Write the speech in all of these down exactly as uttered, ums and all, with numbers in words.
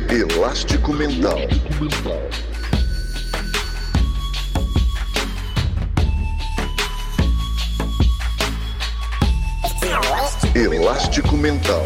Elástico Mental. Elástico Mental.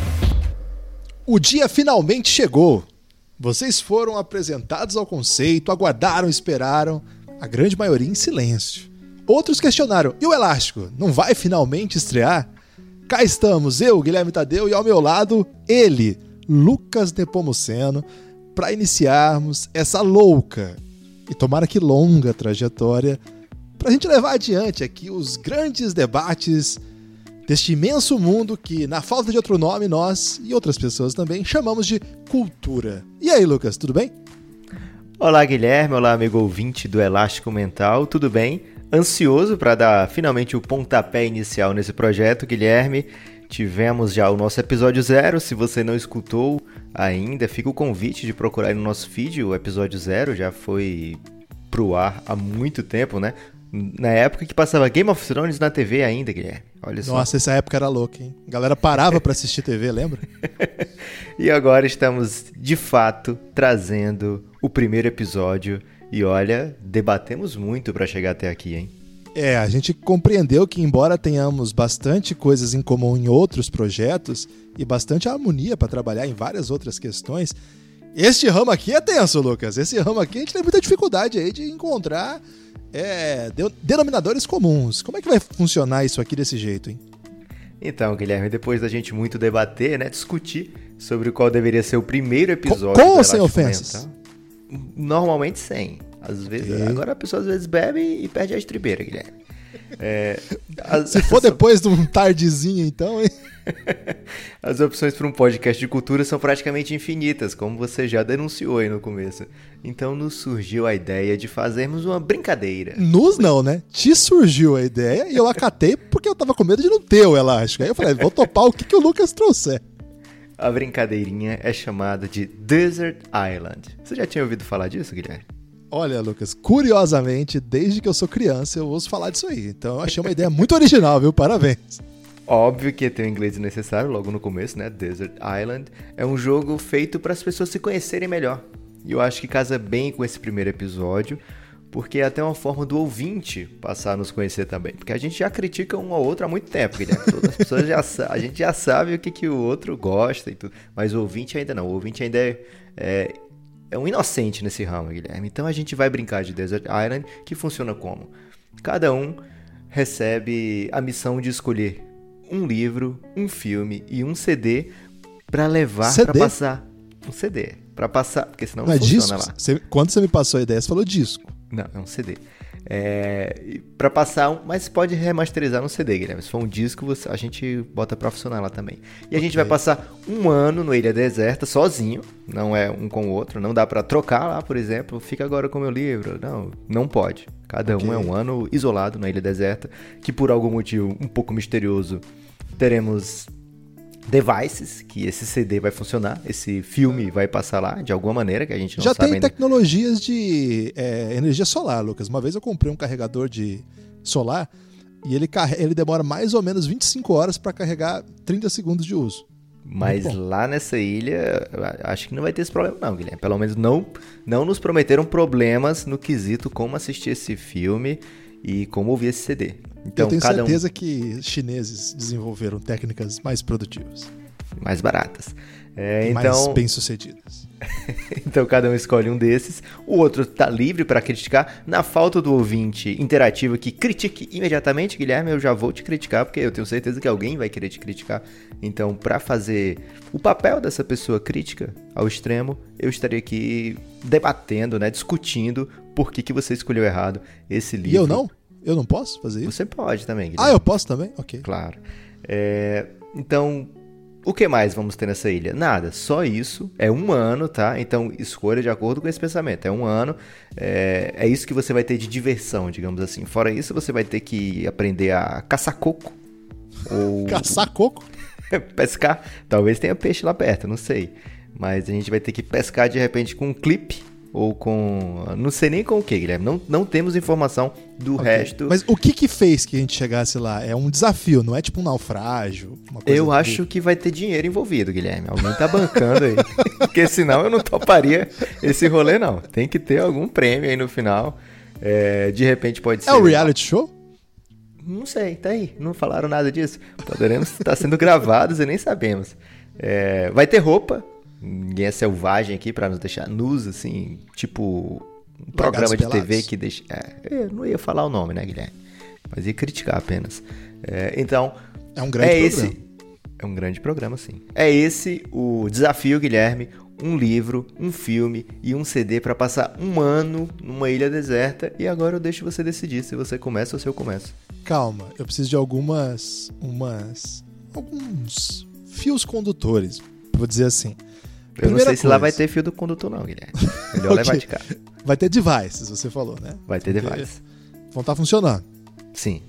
O dia finalmente chegou. Vocês foram apresentados ao conceito, aguardaram, esperaram, a grande maioria em silêncio. Outros questionaram, e o Elástico, não vai finalmente estrear? Cá estamos, eu, Guilherme Tadeu, e ao meu lado, ele, Lucas Nepomuceno, para iniciarmos essa louca e tomara que longa trajetória para a gente levar adiante aqui os grandes debates deste imenso mundo que, na falta de outro nome, nós e outras pessoas também chamamos de cultura. E aí, Lucas, tudo bem? Olá, Guilherme. Olá, amigo ouvinte do Elástico Mental. Tudo bem? Ansioso para dar finalmente o pontapé inicial nesse projeto, Guilherme. Tivemos já o nosso episódio zero. Se você não escutou ainda, fica o convite de procurar aí no nosso feed. O episódio zero já foi pro ar há muito tempo, né? Na época que passava Game of Thrones na T V ainda, Guilherme. Olha só. Nossa, essa época era louca, hein? A galera parava pra assistir T V, lembra? E agora estamos, de fato, trazendo o primeiro episódio. E olha, debatemos muito pra chegar até aqui, hein? É, a gente compreendeu que, embora tenhamos bastante coisas em comum em outros projetos e bastante harmonia pra trabalhar em várias outras questões, este ramo aqui é tenso, Lucas. Esse ramo aqui a gente tem muita dificuldade aí de encontrar... É, denominadores comuns. Como é que vai funcionar isso aqui desse jeito, hein? Então, Guilherme, depois da gente muito debater, né, discutir sobre qual deveria ser o primeiro episódio... Com ou sem ofensas? Normalmente sem. Às vezes, e... Agora a pessoa às vezes bebe e perde a estribeira, Guilherme. É, as, Se for depois de um tardezinho, então, hein? As opções para um podcast de cultura são praticamente infinitas, como você já denunciou aí no começo. Então nos surgiu a ideia de fazermos uma brincadeira. Nos não, né? Te surgiu a ideia e eu acatei porque eu tava com medo de não ter o elástico. Aí eu falei, vou topar o que, que o Lucas trouxer. A brincadeirinha é chamada de Desert Island. Você já tinha ouvido falar disso, Guilherme? Olha, Lucas, curiosamente, desde que eu sou criança eu ouço falar disso aí. Então eu achei uma ideia muito original, viu? Parabéns. Óbvio que tem o inglês necessário logo no começo, né? Desert Island é um jogo feito para as pessoas se conhecerem melhor. E eu acho que casa bem com esse primeiro episódio, porque é até uma forma do ouvinte passar a nos conhecer também. Porque a gente já critica um ao outro há muito tempo, Guilherme. Todas as pessoas já a gente já sabe o que, que o outro gosta e tudo. Mas o ouvinte ainda não. O ouvinte ainda é, é, é um inocente nesse ramo, Guilherme. Então a gente vai brincar de Desert Island, que funciona como? Cada um recebe a missão de escolher um livro, um filme e um C D pra levar, pra passar. Um C D, pra passar, porque senão não, não funciona disco? lá. Você, quando você me passou a ideia, você falou disco. Não, é um C D. É, pra passar, um, mas pode remasterizar no C D, Guilherme. Se for um disco, você, a gente bota pra funcionar lá também. E okay. A gente vai passar um ano no Ilha Deserta, sozinho, não é um com o outro, não dá pra trocar lá, por exemplo, fica agora com o meu livro. Não, não pode. Cada okay. um é um ano isolado na Ilha Deserta, que por algum motivo um pouco misterioso, teremos devices, que esse C D vai funcionar, esse filme vai passar lá de alguma maneira, que a gente não Já sabe tem ainda. Tecnologias de é, energia solar, Lucas. Uma vez eu comprei um carregador de solar e ele, carre... ele demora mais ou menos vinte e cinco horas para carregar trinta segundos de uso. Mas lá nessa ilha, acho que não vai ter esse problema não, Guilherme. Pelo menos não, não nos prometeram problemas no quesito como assistir esse filme e como ouvir esse C D. Então, eu tenho cada certeza um... que chineses desenvolveram técnicas mais produtivas. Mais baratas. É, e então... mais bem-sucedidas. Então cada um escolhe um desses. O outro está livre para criticar. Na falta do ouvinte interativo que critique imediatamente, Guilherme, eu já vou te criticar, porque eu tenho certeza que alguém vai querer te criticar. Então, para fazer o papel dessa pessoa crítica ao extremo, eu estaria aqui debatendo, né, discutindo por que, que você escolheu errado esse livro. E eu não? Eu não posso fazer isso? Você pode também, Guilherme. Ah, eu posso também? Ok. Claro. É, então, o que mais vamos ter nessa ilha? Nada, só isso. É um ano, tá? Então, escolha de acordo com esse pensamento. É um ano. É, é isso que você vai ter de diversão, digamos assim. Fora isso, você vai ter que aprender a caçar coco. Ou... Caçar coco? Pescar. Talvez tenha peixe lá perto, não sei. Mas a gente vai ter que pescar, de repente, com um clipe ou com... Não sei nem com o que, Guilherme. Não, não temos informação do Ok. resto. Mas o que que fez que a gente chegasse lá? É um desafio, não é tipo um naufrágio? Uma coisa Eu do- acho que vai ter dinheiro envolvido, Guilherme. Alguém tá bancando aí. Porque senão eu não toparia esse rolê, não. Tem que ter algum prêmio aí no final. É, de repente pode ser... É um reality show? Não sei, tá aí. Não falaram nada disso. Poderemos estar sendo gravados e nem sabemos. É, vai ter roupa. Ninguém é selvagem aqui pra nos deixar nus, assim. Tipo, um programa de T V pelados. que deixa... É, eu não ia falar o nome, né, Guilherme? Mas ia criticar apenas. É, então... É um grande é programa. esse... É um grande programa, sim. É esse o desafio, Guilherme. Um livro, um filme e um C D pra passar um ano numa ilha deserta. E agora eu deixo você decidir se você começa ou se eu começo. Calma, eu preciso de algumas... umas... alguns fios condutores, vou dizer assim. Eu não Primeira sei se lá coisa. vai ter fio do condutor, não, Guilherme. Melhor Ok. levar de casa. Vai ter devices, você falou, né? Vai ter Porque device. Vão estar funcionando. Sim.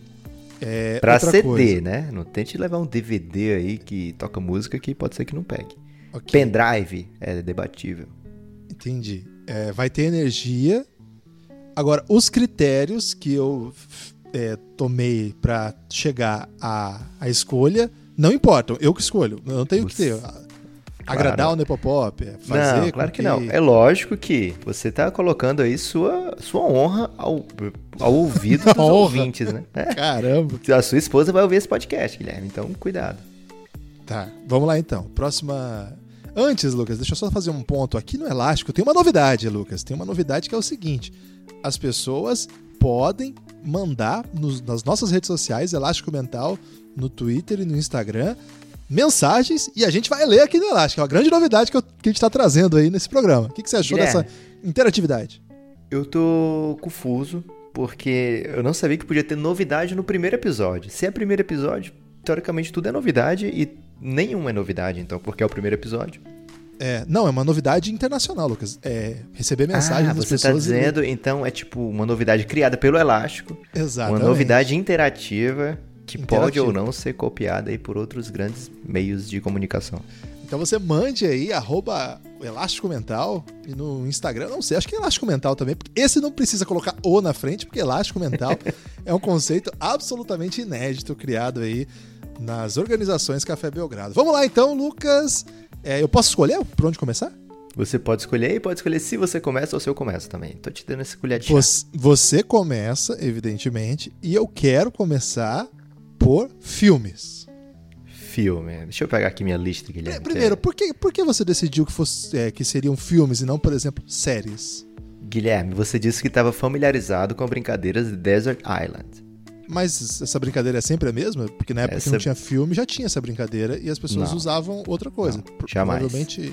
É, Pra outra C D, coisa. né? Não tente levar um D V D aí que toca música que pode ser que não pegue. Ok, Pendrive é debatível. entendi. É, vai ter energia. Agora, os critérios que eu é, tomei pra chegar à, à escolha não importam. Eu que escolho. Eu não tenho que ter. Você- Agradar Claro. o Nepopop. é Fazer Não, com claro que não. É lógico que você tá colocando aí sua, sua honra ao, ao ouvido dos Honra. ouvintes, né? É. Caramba. A sua esposa vai ouvir esse podcast, Guilherme. Então, cuidado. Tá, vamos lá então. Próxima. Antes, Lucas, deixa eu só fazer um ponto. Aqui no Elástico tem uma novidade, Lucas. Tem uma novidade que é o seguinte: as pessoas podem mandar nos- nas nossas redes sociais, Elástico Mental, no Twitter e no Instagram, mensagens e a gente vai ler aqui no Elástico. É uma grande novidade que, eu- que a gente está trazendo aí nesse programa. O que, que você achou Guilherme. dessa interatividade? Eu tô confuso, porque eu não sabia que podia ter novidade no primeiro episódio. Se é primeiro episódio, teoricamente tudo é novidade e nenhum é novidade, então, porque é o primeiro episódio. É, não, é uma novidade internacional, Lucas. É receber mensagens Ah, das você tá pessoas. e- dizendo, então, é tipo uma novidade criada pelo Elástico, Exatamente. uma novidade interativa que pode Interativa. ou não ser copiada aí por outros grandes meios de comunicação. Então você mande aí, arroba Elástico Mental, e no Instagram, não sei, acho que é Elástico Mental também, porque esse não precisa colocar o na frente, porque Elástico Mental é um conceito absolutamente inédito, criado aí nas organizações Café Belgrado. Vamos lá então, Lucas. É, eu posso escolher por onde começar? Você pode escolher e pode escolher se você começa ou se eu começo também. Tô te dando essa colher de chá. Você, você começa, evidentemente, e eu quero começar por filmes. Filme. Deixa eu pegar aqui minha lista, Guilherme. que Primeiro, é- por que, por que você decidiu que, fosse, é, que seriam filmes e não, por exemplo, séries? Guilherme, você disse que estava familiarizado com brincadeiras de Desert Island. Mas essa brincadeira é sempre a mesma? Porque na época Essa- que não tinha filme, já tinha essa brincadeira e as pessoas Não. usavam outra coisa. Não, Pro- jamais. Provavelmente.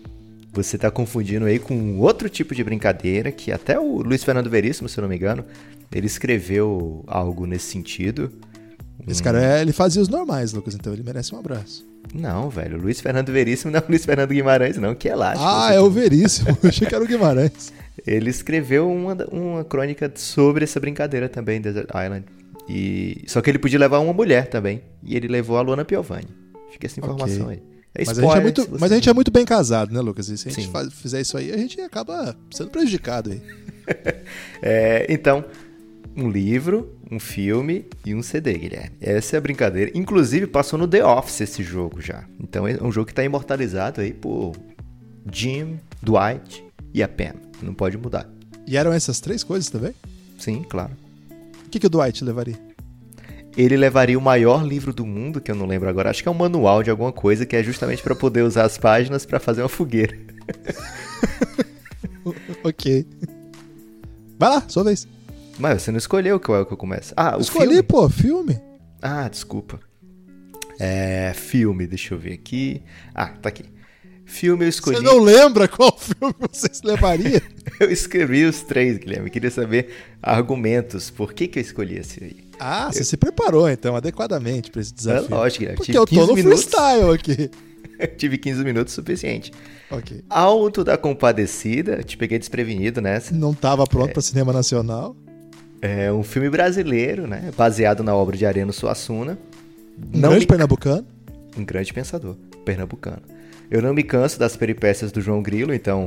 Você tá confundindo aí com outro tipo de brincadeira que até o Luiz Fernando Veríssimo, se eu não me engano, ele escreveu algo nesse sentido. Esse cara, é- ele fazia os normais, Lucas, então ele merece um abraço. Não, velho, o Luiz Fernando Veríssimo não é o Luiz Fernando Guimarães, não, que é elástico. Ah, Você- é o Veríssimo. Eu achei que era o Guimarães. Ele escreveu uma, uma crônica sobre essa brincadeira também, Desert Island. E... Só que ele podia levar uma mulher também. E ele levou a Luana Piovani. Fica essa informação Ok. aí. É Mas a, gente é spoiler, muito, se você- mas a gente é muito bem casado, né, Lucas? E se a gente Sim. faz- fizer isso aí, a gente acaba sendo prejudicado aí. É, então, um livro, um filme e um C D, Guilherme. Essa é a brincadeira. Inclusive, passou no The Office esse jogo já. Então, é um jogo que está imortalizado aí por Jim, Dwight e a Pam. Não pode mudar. E eram essas três coisas também? Sim, claro. O que, que o Dwight levaria? Ele levaria o maior livro do mundo, que eu não lembro agora. Acho que é um manual de alguma coisa, que é justamente para poder usar as páginas para fazer uma fogueira. Ok. Vai lá, sua vez. Mas você não escolheu qual é o que eu começo. Ah, o Escolhi, filme? pô, filme. Ah, desculpa. É, filme, deixa eu ver aqui. Ah, tá aqui. Filme eu escolhi. Você não lembra qual filme você levaria? Eu escrevi os três, Guilherme. Queria saber argumentos. Por que, que eu escolhi esse aí? Ah, você se preparou, então, adequadamente pra esse desafio. É lógico, Guilherme. Porque Tive eu tô quinze no minutos. freestyle aqui. Tive quinze minutos suficiente. Ok. Alto da Compadecida. Te peguei desprevenido nessa. Não tava pronto pra cinema nacional. É um filme brasileiro, né? Baseado na obra de Ariano Suassuna. Um Não grande me- pernambucano. Um grande pensador, pernambucano. Eu não me canso das peripécias do João Grilo, então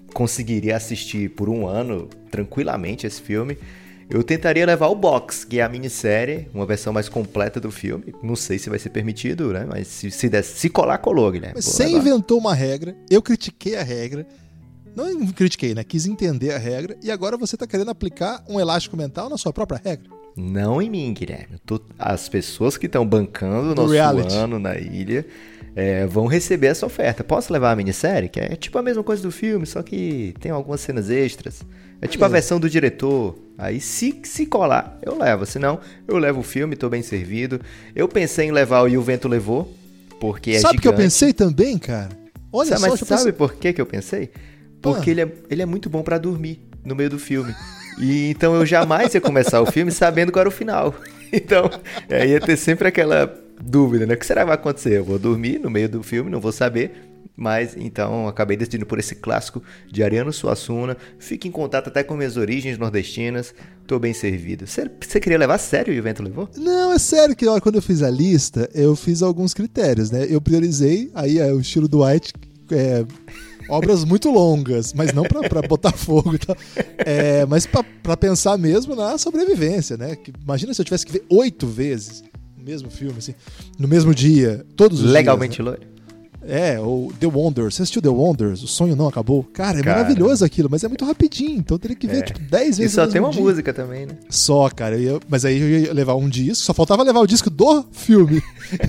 conseguiria assistir por um ano tranquilamente esse filme, eu tentaria levar o box, que é a minissérie, uma versão mais completa do filme. Não sei se vai ser permitido, né? Mas se, se, der, se colar, colou, Guilherme. Mas você inventou uma regra, eu critiquei a regra. Não critiquei, né? Quis entender a regra. E agora você tá querendo aplicar um elástico mental na sua própria regra. Não em mim, Guilherme. Tô... As pessoas que estão bancando o nosso reality. ano na ilha é, vão receber essa oferta. Posso levar a minissérie? Que é tipo a mesma coisa do filme, só que tem algumas cenas extras. É tipo Beleza. A versão do diretor. Aí se, se colar, eu levo. Senão, eu levo o filme, tô bem servido. Eu pensei em levar o E o Vento Levou, porque é Sabe gigante. que eu pensei também, cara? Olha sabe, só, mas sabe pensei... por que que eu pensei? Porque ah. ele, é, ele é muito bom pra dormir no meio do filme. E então eu jamais ia começar o filme sabendo qual era o final. Então, é, ia ter sempre aquela dúvida, né? O que será que vai acontecer? Eu vou dormir no meio do filme, não vou saber. Mas, então, acabei decidindo por esse clássico de Ariano Suassuna. Fique em contato até com minhas origens nordestinas. Tô bem servido. Você, você queria levar a sério e o Vento Levou? Não, é sério que ó, quando eu fiz a lista, eu fiz alguns critérios, né? Eu priorizei, aí é, o estilo do White, é, obras muito longas, mas não pra, pra botar fogo e tal. É, mas pra, pra pensar mesmo na sobrevivência, né? Que, imagina se eu tivesse que ver oito vezes o mesmo filme, assim, no mesmo dia, todos os Legalmente dias, né? loiro. É, ou The Wonders. Você assistiu The Wonders? O Sonho Não Acabou? Cara, é cara, maravilhoso aquilo, mas é muito rapidinho, então eu teria que ver, é. tipo, dez vezes. E só tem uma dia. música também, né? Só, cara. Eu ia, mas aí eu ia levar um disco, só faltava levar o disco do filme.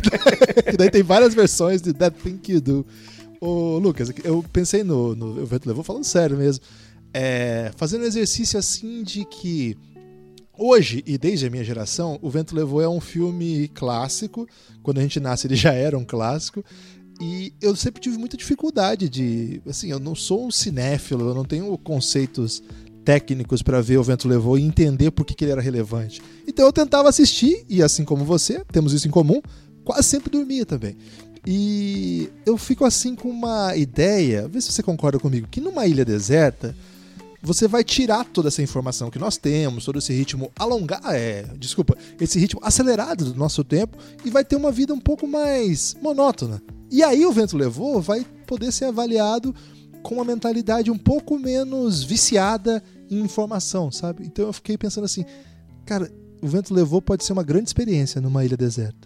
Que daí tem várias versões de That Thing You Do. Ô, Lucas, eu pensei no, no O Vento Levou, falando sério mesmo, é, fazendo um exercício assim de que hoje, e desde a minha geração, O Vento Levou é um filme clássico. Quando a gente nasce, ele já era um clássico. E eu sempre tive muita dificuldade de... Assim, eu não sou um cinéfilo, eu não tenho conceitos técnicos para ver O Vento Levou e entender por que, que ele era relevante. Então eu tentava assistir, e assim como você, temos isso em comum, quase sempre dormia também. E eu fico assim com uma ideia, vê se você concorda comigo, que numa ilha deserta, você vai tirar toda essa informação que nós temos, todo esse ritmo alongado, é, desculpa, esse ritmo acelerado do nosso tempo, e vai ter uma vida um pouco mais monótona. E aí O Vento Levou vai poder ser avaliado com uma mentalidade um pouco menos viciada em informação, sabe? Então eu fiquei pensando assim, cara, O Vento Levou pode ser uma grande experiência numa ilha deserta.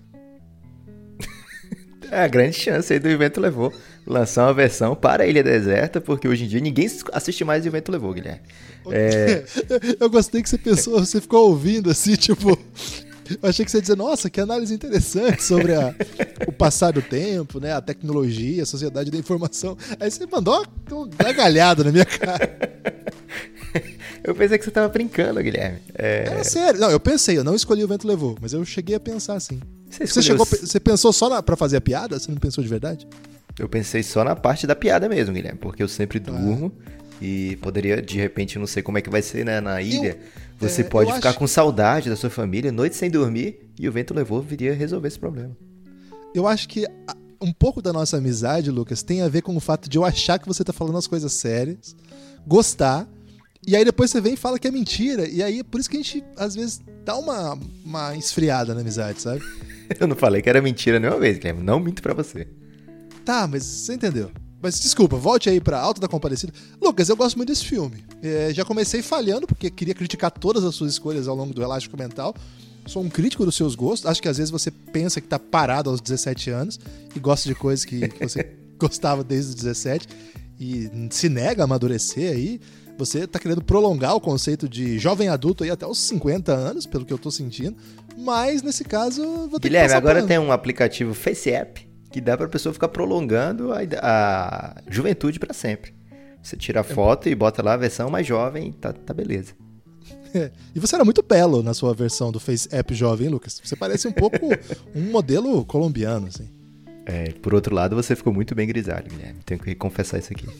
É a grande chance aí do O Vento Levou lançar uma versão para a Ilha Deserta, porque hoje em dia ninguém assiste mais O Vento Levou, Guilherme. É... Eu gostei que você pensou, você ficou ouvindo assim, tipo... Eu achei que você ia dizer, nossa, que análise interessante sobre a, o passar do tempo, né, a tecnologia, a sociedade da informação. Aí você mandou uma gargalhada na minha cara. Eu pensei que você estava brincando, Guilherme. É... Era sério. Não, eu pensei, eu não escolhi O Vento Levou, mas eu cheguei a pensar assim. Você, você, chegou, você pensou só na, pra fazer a piada? Você não pensou de verdade? Eu pensei só na parte da piada mesmo, Guilherme, porque eu sempre durmo ah. e poderia, de repente, não sei como é que vai ser, né, na ilha, eu, você é, pode ficar acho... com saudade da sua família, noite sem dormir, e O Vento Levou viria resolver esse problema. Eu acho que um pouco da nossa amizade, Lucas, tem a ver com o fato de eu achar que você tá falando as coisas sérias, gostar, e aí depois você vem e fala que é mentira, e aí é por isso que a gente, às vezes, dá uma, uma esfriada na amizade, sabe? Eu não falei que era mentira nenhuma vez, Guilherme, não minto pra você. Tá, mas você entendeu. Mas desculpa, volte aí pra Alto da Compadecida. Lucas, eu gosto muito desse filme. É, já comecei falhando, porque queria criticar todas as suas escolhas ao longo do Elástico Mental. Sou um crítico dos seus gostos. Acho que às vezes você pensa que tá parado aos dezessete anos e gosta de coisas que, que você gostava desde os dezessete e se nega a amadurecer aí. Você tá querendo prolongar o conceito de jovem adulto aí até os cinquenta anos, pelo que eu tô sentindo. Mas, nesse caso, vou ter Guilherme, que agora pano. Tem um aplicativo Face App que dá pra pessoa ficar prolongando a, a juventude pra sempre. Você tira a foto é. e bota lá a versão mais jovem e tá, tá beleza. É. E você era muito belo na sua versão do Face App jovem, Lucas. Você parece um pouco um modelo colombiano, assim. É, por outro lado, você ficou muito bem grisalho, Guilherme. Tenho que confessar isso aqui.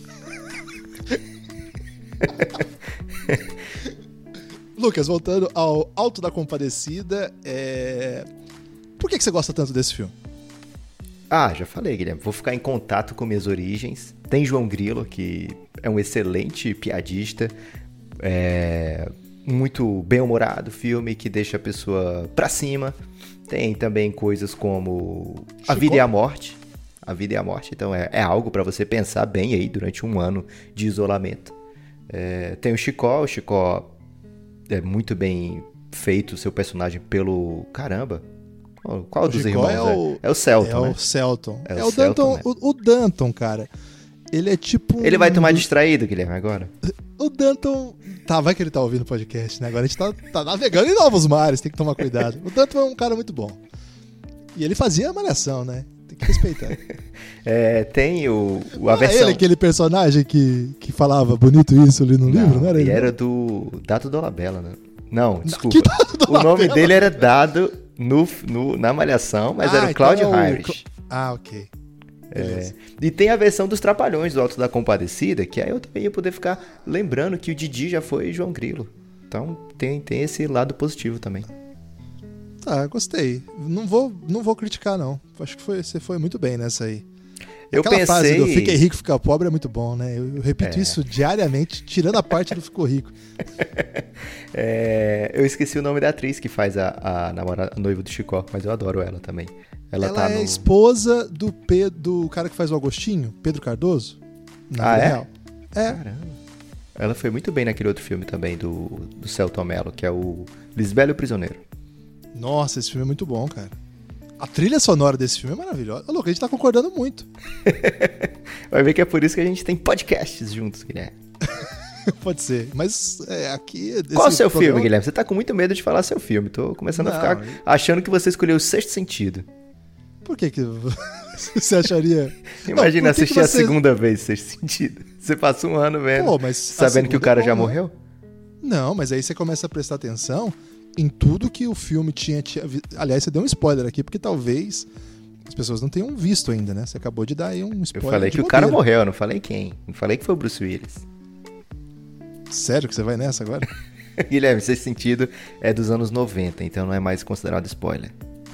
Lucas, voltando ao Alto da Compadecida, é... por que, que você gosta tanto desse filme? Ah, já falei, Guilherme. Vou ficar em contato com minhas origens. Tem João Grilo, que é um excelente piadista, é... muito bem-humorado, filme que deixa a pessoa pra cima. Tem também coisas como Chico? A Vida e a Morte. a vida e a morte. Então é, é algo pra você pensar bem aí durante um ano de isolamento. É, tem o Chicó, o Chicó é muito bem feito, o seu personagem pelo... Caramba! Qual o dos Chicó irmãos é o, é? É o Celton, é né? o Celton. É É o o, Celton, Danton, o, o Danton, cara. Ele é tipo... Ele vai um tomar dos- distraído, Guilherme, agora? O Danton... Tá, vai que ele tá ouvindo o podcast, né? Agora a gente tá, tá navegando em novos mares, tem que tomar cuidado. O Danton é um cara muito bom. E ele fazia a malhação, né? Tem que respeitar. É, tem o, o Não a era versão... ele aquele personagem que, que falava bonito isso ali no livro, não era ele ele? era do Dado Dolabella, né? Não, desculpa. que Dado O nome Dolabella? dele era dado no, no- na Malhação, mas Ah, era o então Cláudio é o- Irish. Ah, ok. É, Beleza. e tem a versão dos Trapalhões do Alto da Compadecida, que aí eu também ia poder ficar lembrando que o Didi já foi João Grilo. Então tem, tem esse lado positivo também. Tá, gostei. Não vou, não vou criticar, não. Acho que foi, você foi muito bem nessa aí. Eu Aquela pensei... frase do fiquei rico, ficar pobre é muito bom, né? Eu, eu repito É. isso diariamente, tirando a parte do ficou rico. É, eu esqueci o nome da atriz que faz a, a namorada, a noiva do Chicó, mas eu adoro ela também. Ela, Ela tá é no... esposa do, Pe- do cara que faz o Agostinho, Pedro Cardoso. Na Ah, vida é? real. É. Caramba. Ela foi muito bem naquele outro filme também, do, do Celton Mello, que é o Lisbelo e o Prisioneiro. Nossa, esse filme é muito bom, cara. A trilha sonora desse filme é maravilhosa. Ô, louco, a gente tá concordando muito. Vai ver que é por isso que a gente tem podcasts juntos, Guilherme. Pode ser. Mas é, aqui... Qual o esse seu programa- filme, Guilherme? Você tá com muito medo de falar seu filme. Tô começando a Não, ficar e- achando que você escolheu o Sexto Sentido. Por que que você acharia... Imagina Não, por que assistir que a você- segunda vez Sexto Sentido. Você passa um ano vendo, Pô, mas a sabendo que o segunda cara é bom, já né? morreu? Não, mas aí você começa a prestar atenção em tudo que o filme tinha... tinha vi- Aliás, você deu um spoiler aqui, porque talvez as pessoas não tenham visto ainda, né? Você acabou de dar aí um Eu spoiler falei de que o cara bobeira. morreu, eu não falei quem. Não falei que foi o Bruce Willis. Sério que você vai nessa agora? Guilherme, Sexto Sentido é dos anos noventa, então não é mais considerado spoiler.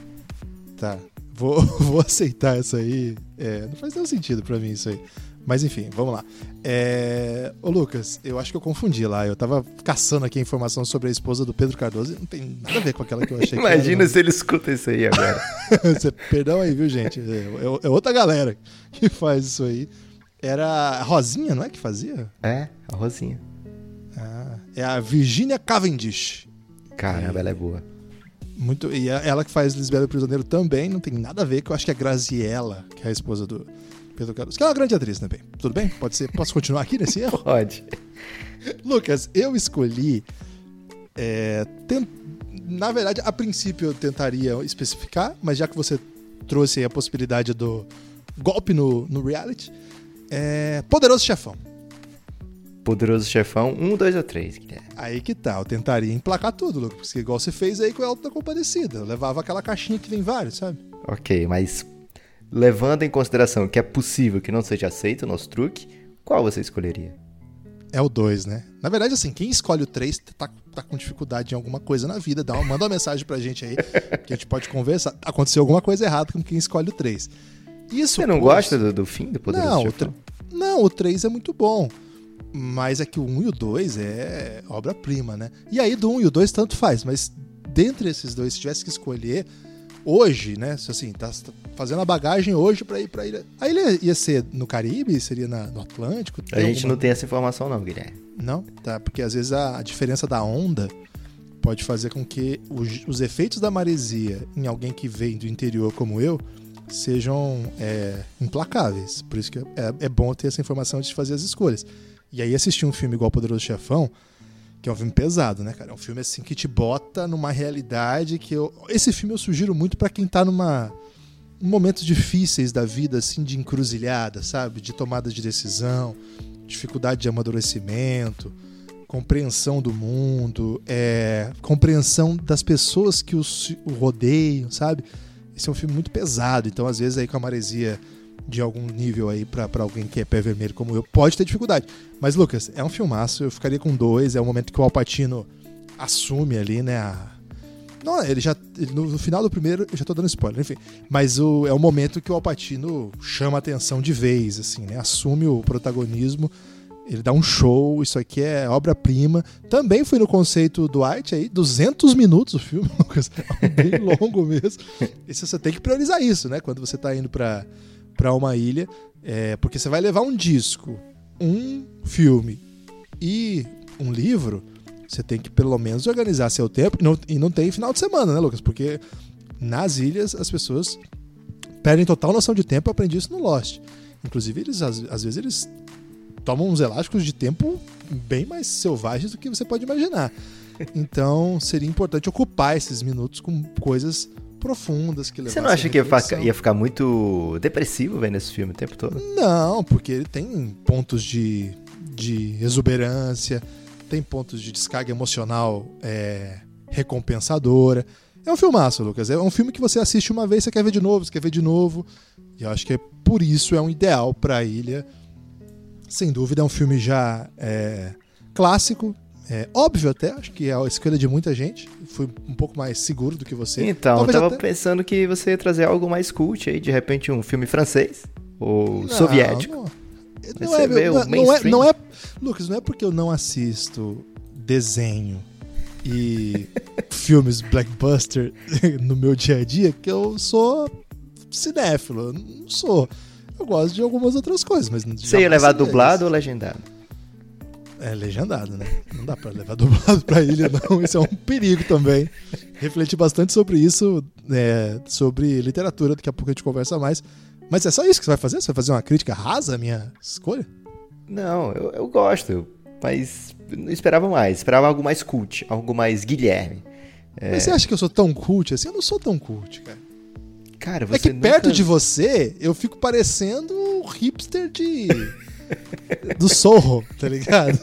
Tá. Vou, vou aceitar essa aí. É, não faz nenhum sentido pra mim isso aí. Mas enfim, vamos lá. É... Ô Lucas, eu acho que eu confundi lá. Eu tava caçando aqui a informação sobre a esposa do Pedro Cardoso e não tem nada a ver com aquela que eu achei Imagina que se ele escuta isso aí agora. era. Você- Perdão aí, viu, gente? É, é- é outra galera que faz isso aí. Era a Rosinha, não é que fazia? É, a Rosinha. Ah, é a Virginia Cavendish. Caramba, ela é boa. Muito, e a- ela que faz Lisbela e o Prisioneiro também não tem nada a ver, que eu acho que é a Graziella, que é a esposa do Pedro Cardoso, que é uma grande atriz também. Tudo bem? Pode ser? Posso continuar aqui nesse erro? Pode. Lucas, eu escolhi. é, ten- Na verdade, a princípio eu tentaria especificar, mas já que você trouxe aí a possibilidade do golpe no, no reality, é Poderoso Chefão. Poderoso Chefão, um, dois ou três, Guilherme. Aí que tá, eu tentaria emplacar tudo, Lucas, porque igual você fez aí com o Alto da Compadecida. Eu levava aquela caixinha que vem vários, sabe? Ok, mas levando em consideração que é possível que não seja aceito o nosso truque, qual você escolheria? É o dois, né? Na verdade, assim, quem escolhe o três tá, tá com dificuldade em alguma coisa na vida. Dá uma, manda uma mensagem pra gente aí, que a gente pode conversar. Aconteceu alguma coisa errada com quem escolhe o três. Isso, Você não pô, gosta do, do fim do Poderoso Não, o Chefão? tre- não, o três é muito bom. Mas é que o um e o dois é obra-prima, né? E aí do um e o dois tanto faz, mas dentre esses dois, se tivesse que escolher hoje, né? Se assim, tá tá fazendo a bagagem hoje pra ir pra ilha. A ilha ia ser no Caribe? Seria na- no Atlântico? A Tem gente alguma- não tem essa informação não, Guilherme. Não? Tá, porque às vezes a, a diferença da onda pode fazer com que os, os efeitos da maresia em alguém que vem do interior como eu sejam é, implacáveis. Por isso que é, é bom ter essa informação antes de fazer as escolhas. E aí assistir um filme igual Poderoso Chefão, que é um filme pesado, né, cara? É um filme assim que te bota numa realidade que eu... Esse filme eu sugiro muito pra quem tá numa... em momentos difíceis da vida, assim, de encruzilhada, sabe? De tomada de decisão, dificuldade de amadurecimento, compreensão do mundo, é, compreensão das pessoas que os, o rodeiam, sabe? Esse é um filme muito pesado, então às vezes aí com a maresia de algum nível aí pra, pra alguém que é pé vermelho como eu, pode ter dificuldade. Mas, Lucas, é um filmaço, eu ficaria com dois, é o momento que o Al Pacino assume ali, né, a... Não, ele já. ele- no, no final do primeiro, eu já tô dando spoiler, enfim. Mas o, é o momento que o Al Pacino chama a atenção de vez, assim, né? Assume o protagonismo, ele dá um show, isso aqui é obra-prima. Também foi no conceito do White aí, duzentos minutos o filme, Lucas. É bem longo mesmo. E você tem que priorizar isso, né? Quando você tá indo pra, para uma ilha, é, porque você vai levar um disco, um filme e um livro, você tem que pelo menos organizar seu tempo, e não, e não tem final de semana, né, Lucas? Porque nas ilhas as pessoas perdem total noção de tempo. Eu aprendi isso no Lost. Inclusive, eles, às, às vezes eles tomam uns elásticos de tempo bem mais selvagens do que você pode imaginar. Então, seria importante ocupar esses minutos com coisas profundas que levassem. Você não acha que ia ficar, ia ficar muito depressivo vendo esse filme o tempo todo? Não, porque ele tem pontos de, de exuberância, tem pontos de descarga emocional é, recompensadora. É um filmaço, Lucas. É um filme que você assiste uma vez, você quer ver de novo, você quer ver de novo. E eu acho que é por isso é um ideal para a ilha. Sem dúvida, é um filme já é, clássico. É, óbvio até, acho que é a escolha de muita gente. Fui um pouco mais seguro do que você. Então, Talvez eu tava até... pensando que você ia trazer algo mais cult aí, de repente um filme francês ou não, soviético. Não, não, você é, vê não, o não, é, mainstream. não é, Lucas, não é porque eu não assisto desenho e filmes blockbuster no meu dia a dia que eu sou cinéfilo. Eu não sou. Eu gosto de algumas outras coisas, mas você ia levar dublado ou legendado? É legendado, né? Não dá pra levar dublado pra ilha, não. Isso é um perigo também. Refleti bastante sobre isso, é, sobre literatura. Daqui a pouco a gente conversa mais. Mas é só isso que você vai fazer? Você vai fazer uma crítica rasa à minha escolha? Não, eu, eu gosto, mas não esperava mais. Esperava algo mais cult, algo mais Guilherme. É... Mas você acha que eu sou tão cult assim? Eu não sou tão cult, cara. Cara, você é que nunca... perto de você, eu fico parecendo um hipster de... do Sorro, tá ligado?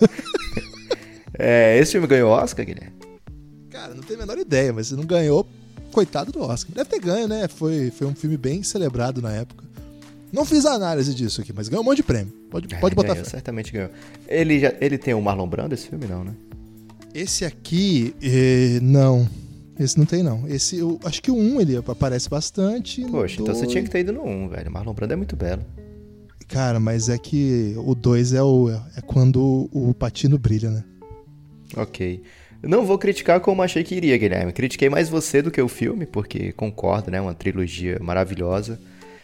É, esse filme ganhou Oscar, Guilherme? Cara, não tenho a menor ideia, mas não ganhou, coitado do Oscar. Deve ter ganho, né? Foi, foi um filme bem celebrado na época. Não fiz a análise disso aqui, mas ganhou um monte de prêmio. Pode, pode é, botar ganhou, fé. Certamente ganhou. Ele, já, ele tem o Marlon Brando, esse filme, não, né? Esse aqui, eh, não. Esse não tem, não. Esse, eu acho que o um ele aparece bastante. Poxa, então dois... você tinha que ter ido no um, velho. Marlon Brando é muito belo. Cara, mas é que o dois é, o, é quando o patino brilha, né? Ok. Não vou criticar como achei que iria, Guilherme. Critiquei mais você do que o filme, porque concordo, né? Uma trilogia maravilhosa.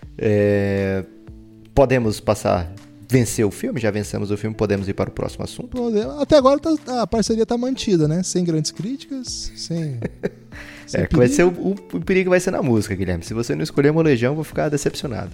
É... Podemos passar... Vencer o filme? Já vencemos o filme, podemos ir para o próximo assunto? Podemos. Até agora tá, a parceria tá mantida, né? Sem grandes críticas, sem... sem é, vai ser o, o, o perigo vai ser na música, Guilherme. Se você não escolher Molejão, eu vou ficar decepcionado.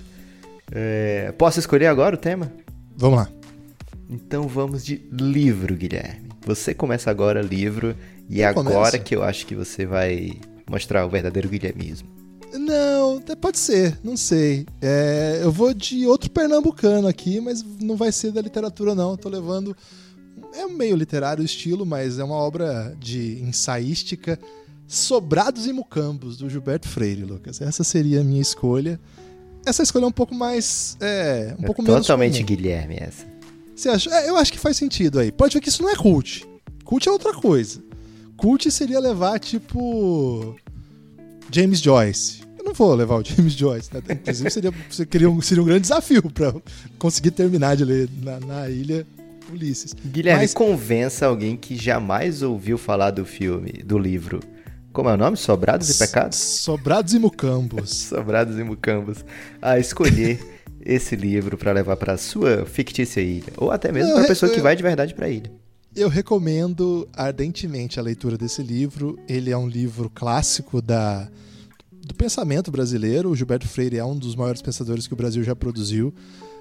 É... Posso escolher agora o tema? Vamos lá. Então vamos de livro, Guilherme. Você começa agora livro e eu é agora começo. que eu acho que você vai mostrar o verdadeiro guilhermismo. Não, pode ser, não sei. É, eu vou de outro pernambucano aqui, mas não vai ser da literatura, não. Eu tô levando... É meio literário o estilo, mas é uma obra de ensaística. Sobrados e Mucambos, do Gilberto Freire, Lucas. Essa seria a minha escolha. Essa escolha é um pouco mais... É, um é pouco menos totalmente comum. Guilherme essa. Você acha? É, eu acho que faz sentido aí. Pode ver que isso não é cult. Cult é outra coisa. Cult seria levar, tipo... James Joyce. Eu não vou levar o James Joyce, né? Inclusive seria, seria, um, seria um grande desafio para conseguir terminar de ler na, na ilha Ulisses. Guilherme, Mas... convença alguém que jamais ouviu falar do filme, do livro. Como é o nome? Sobrados e Pecados? Sobrados e Mucambos. Sobrados e Mucambos. A escolher esse livro para levar para sua fictícia ilha. Ou até mesmo para a pessoa eu, que vai de verdade para a ilha. Eu recomendo ardentemente a leitura desse livro. Ele é um livro clássico da, do pensamento brasileiro. O Gilberto Freire é um dos maiores pensadores que o Brasil já produziu.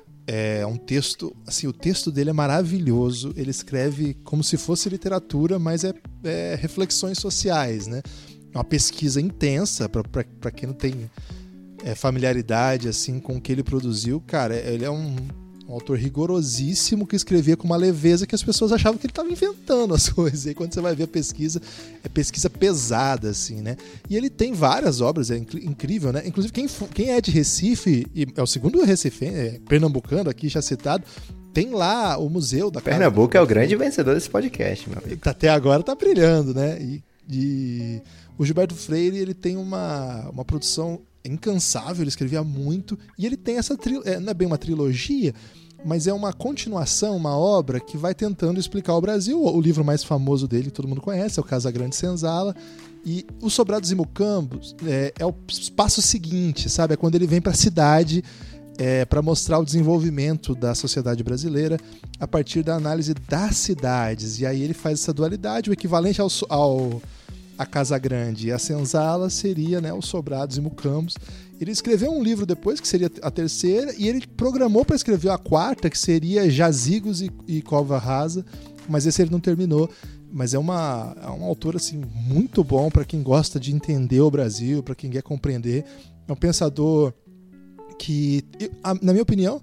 É um texto, assim, o texto dele é maravilhoso. Ele escreve como se fosse literatura, mas é, é reflexões sociais, né? É uma pesquisa intensa para quem não tem é, familiaridade assim com o que ele produziu. Cara, ele é um Um autor rigorosíssimo que escrevia com uma leveza que as pessoas achavam que ele estava inventando as coisas. E aí, quando você vai ver a pesquisa, é pesquisa pesada, assim, né? E ele tem várias obras, é inc- incrível, né? Inclusive, quem, quem é de Recife, e é o segundo Recife, é, pernambucano aqui já citado, tem lá o museu da Pernambuco é o grande vencedor desse podcast, meu amigo. Até agora tá brilhando, né? E, e o Gilberto Freire, ele tem uma, uma produção incansável, ele escrevia muito, e ele tem essa trilogia, não é bem uma trilogia, mas é uma continuação, uma obra que vai tentando explicar o Brasil. O livro mais famoso dele, que todo mundo conhece, é o Casagrande Senzala, e os Sobrados e Mucambos é, é o passo seguinte, sabe? É quando ele vem para a cidade é, para mostrar o desenvolvimento da sociedade brasileira a partir da análise das cidades. E aí ele faz essa dualidade, o equivalente ao, ao a Casa Grande e a Senzala seria, né, os Sobrados e Mucambos. Ele escreveu um livro depois, que seria a terceira, e ele programou para escrever a quarta, que seria Jazigos e, e Cova Rasa, mas esse ele não terminou. Mas é, uma, é um autor assim, muito bom para quem gosta de entender o Brasil, para quem quer compreender. É um pensador que, na minha opinião,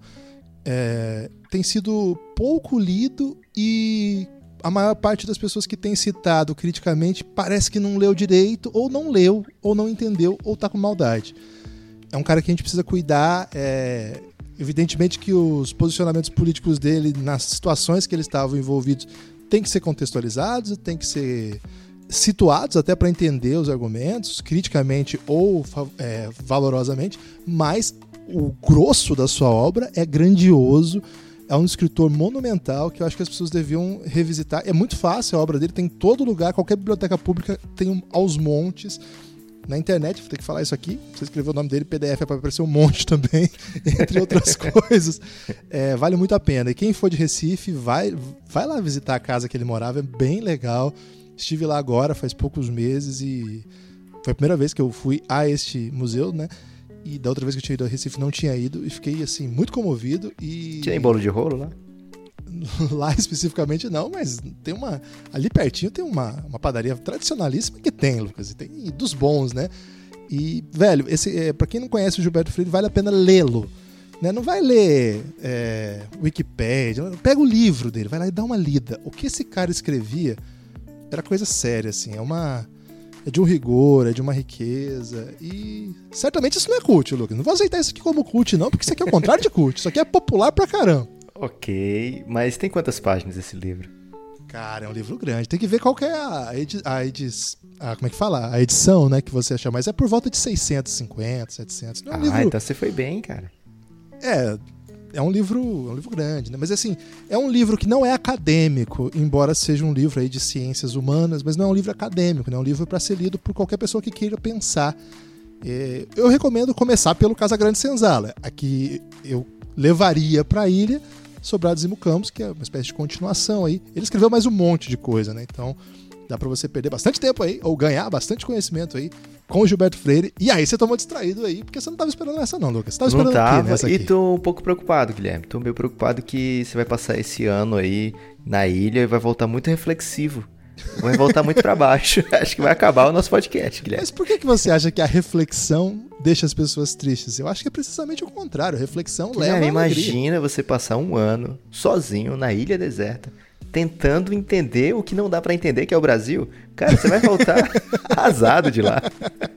é, tem sido pouco lido, e a maior parte das pessoas que tem citado criticamente parece que não leu direito, ou não leu, ou não entendeu, ou está com maldade. É um cara que a gente precisa cuidar. É, evidentemente que os posicionamentos políticos dele, nas situações que eles estavam envolvidos, tem que ser contextualizados, tem que ser situados até para entender os argumentos, criticamente ou é, valorosamente, mas o grosso da sua obra é grandioso, é um escritor monumental que eu acho que as pessoas deviam revisitar. É muito fácil, a obra dele tem em todo lugar, qualquer biblioteca pública tem um, aos montes. Na internet, vou ter que falar isso aqui, você escreveu o nome dele, P D F é para aparecer um monte também, entre outras coisas. É, vale muito a pena. E quem for de Recife, vai, vai lá visitar a casa que ele morava, é bem legal. Estive lá agora, faz poucos meses, e foi a primeira vez que eu fui a este museu, né? E da outra vez que eu tinha ido a Recife não tinha ido, e fiquei, assim, muito comovido. E tinha bolo de rolo lá? Lá especificamente não, mas tem uma... Ali pertinho tem uma, uma padaria tradicionalíssima que tem, Lucas, e tem e dos bons, né? E, velho, esse, é, pra quem não conhece o Gilberto Freire, vale a pena lê-lo, né? Não vai ler é, Wikipédia, pega o livro dele, vai lá e dá uma lida. O que esse cara escrevia era coisa séria, assim, é uma... É de um rigor, é de uma riqueza, e certamente isso não é cult, Lucas. Não vou aceitar isso aqui como cult, não, porque isso aqui é o contrário de cult, isso aqui é popular pra caramba. Ok, mas tem quantas páginas esse livro? Cara, é um livro grande. Tem que ver qual que é a, edi a, edi a como é que fala? A edição, né, que você achar. Mas é por volta de seiscentos e cinquenta, setecentos. Não é um ah, livro... então você foi bem, cara. É, é um livro, é um livro grande, né? Mas assim, é um livro que não é acadêmico, embora seja um livro aí de ciências humanas, mas não é um livro acadêmico, né? É um livro para ser lido por qualquer pessoa que queira pensar. É, eu recomendo começar pelo Casa Grande Senzala. Aqui eu levaria para a ilha Sobrados e Mucambos, que é uma espécie de continuação aí. Ele escreveu mais um monte de coisa, né? Então dá pra você perder bastante tempo aí, ou ganhar bastante conhecimento aí com o Gilberto Freire. E aí você tomou distraído aí, porque você não tava esperando essa não, Lucas. Você tava esperando não tava, o quê nessa aqui? E tô um pouco preocupado, Guilherme. Tô meio preocupado que você vai passar esse ano aí na ilha e vai voltar muito reflexivo. Vai voltar muito pra baixo. Acho que vai acabar o nosso podcast, Guilherme. Mas por que, que você acha que a reflexão deixa as pessoas tristes? Eu acho que é precisamente o contrário. A reflexão Guilherme, leva a imagina você passar um ano sozinho na ilha deserta, tentando entender o que não dá pra entender, que é o Brasil. Cara, você vai voltar arrasado de lá.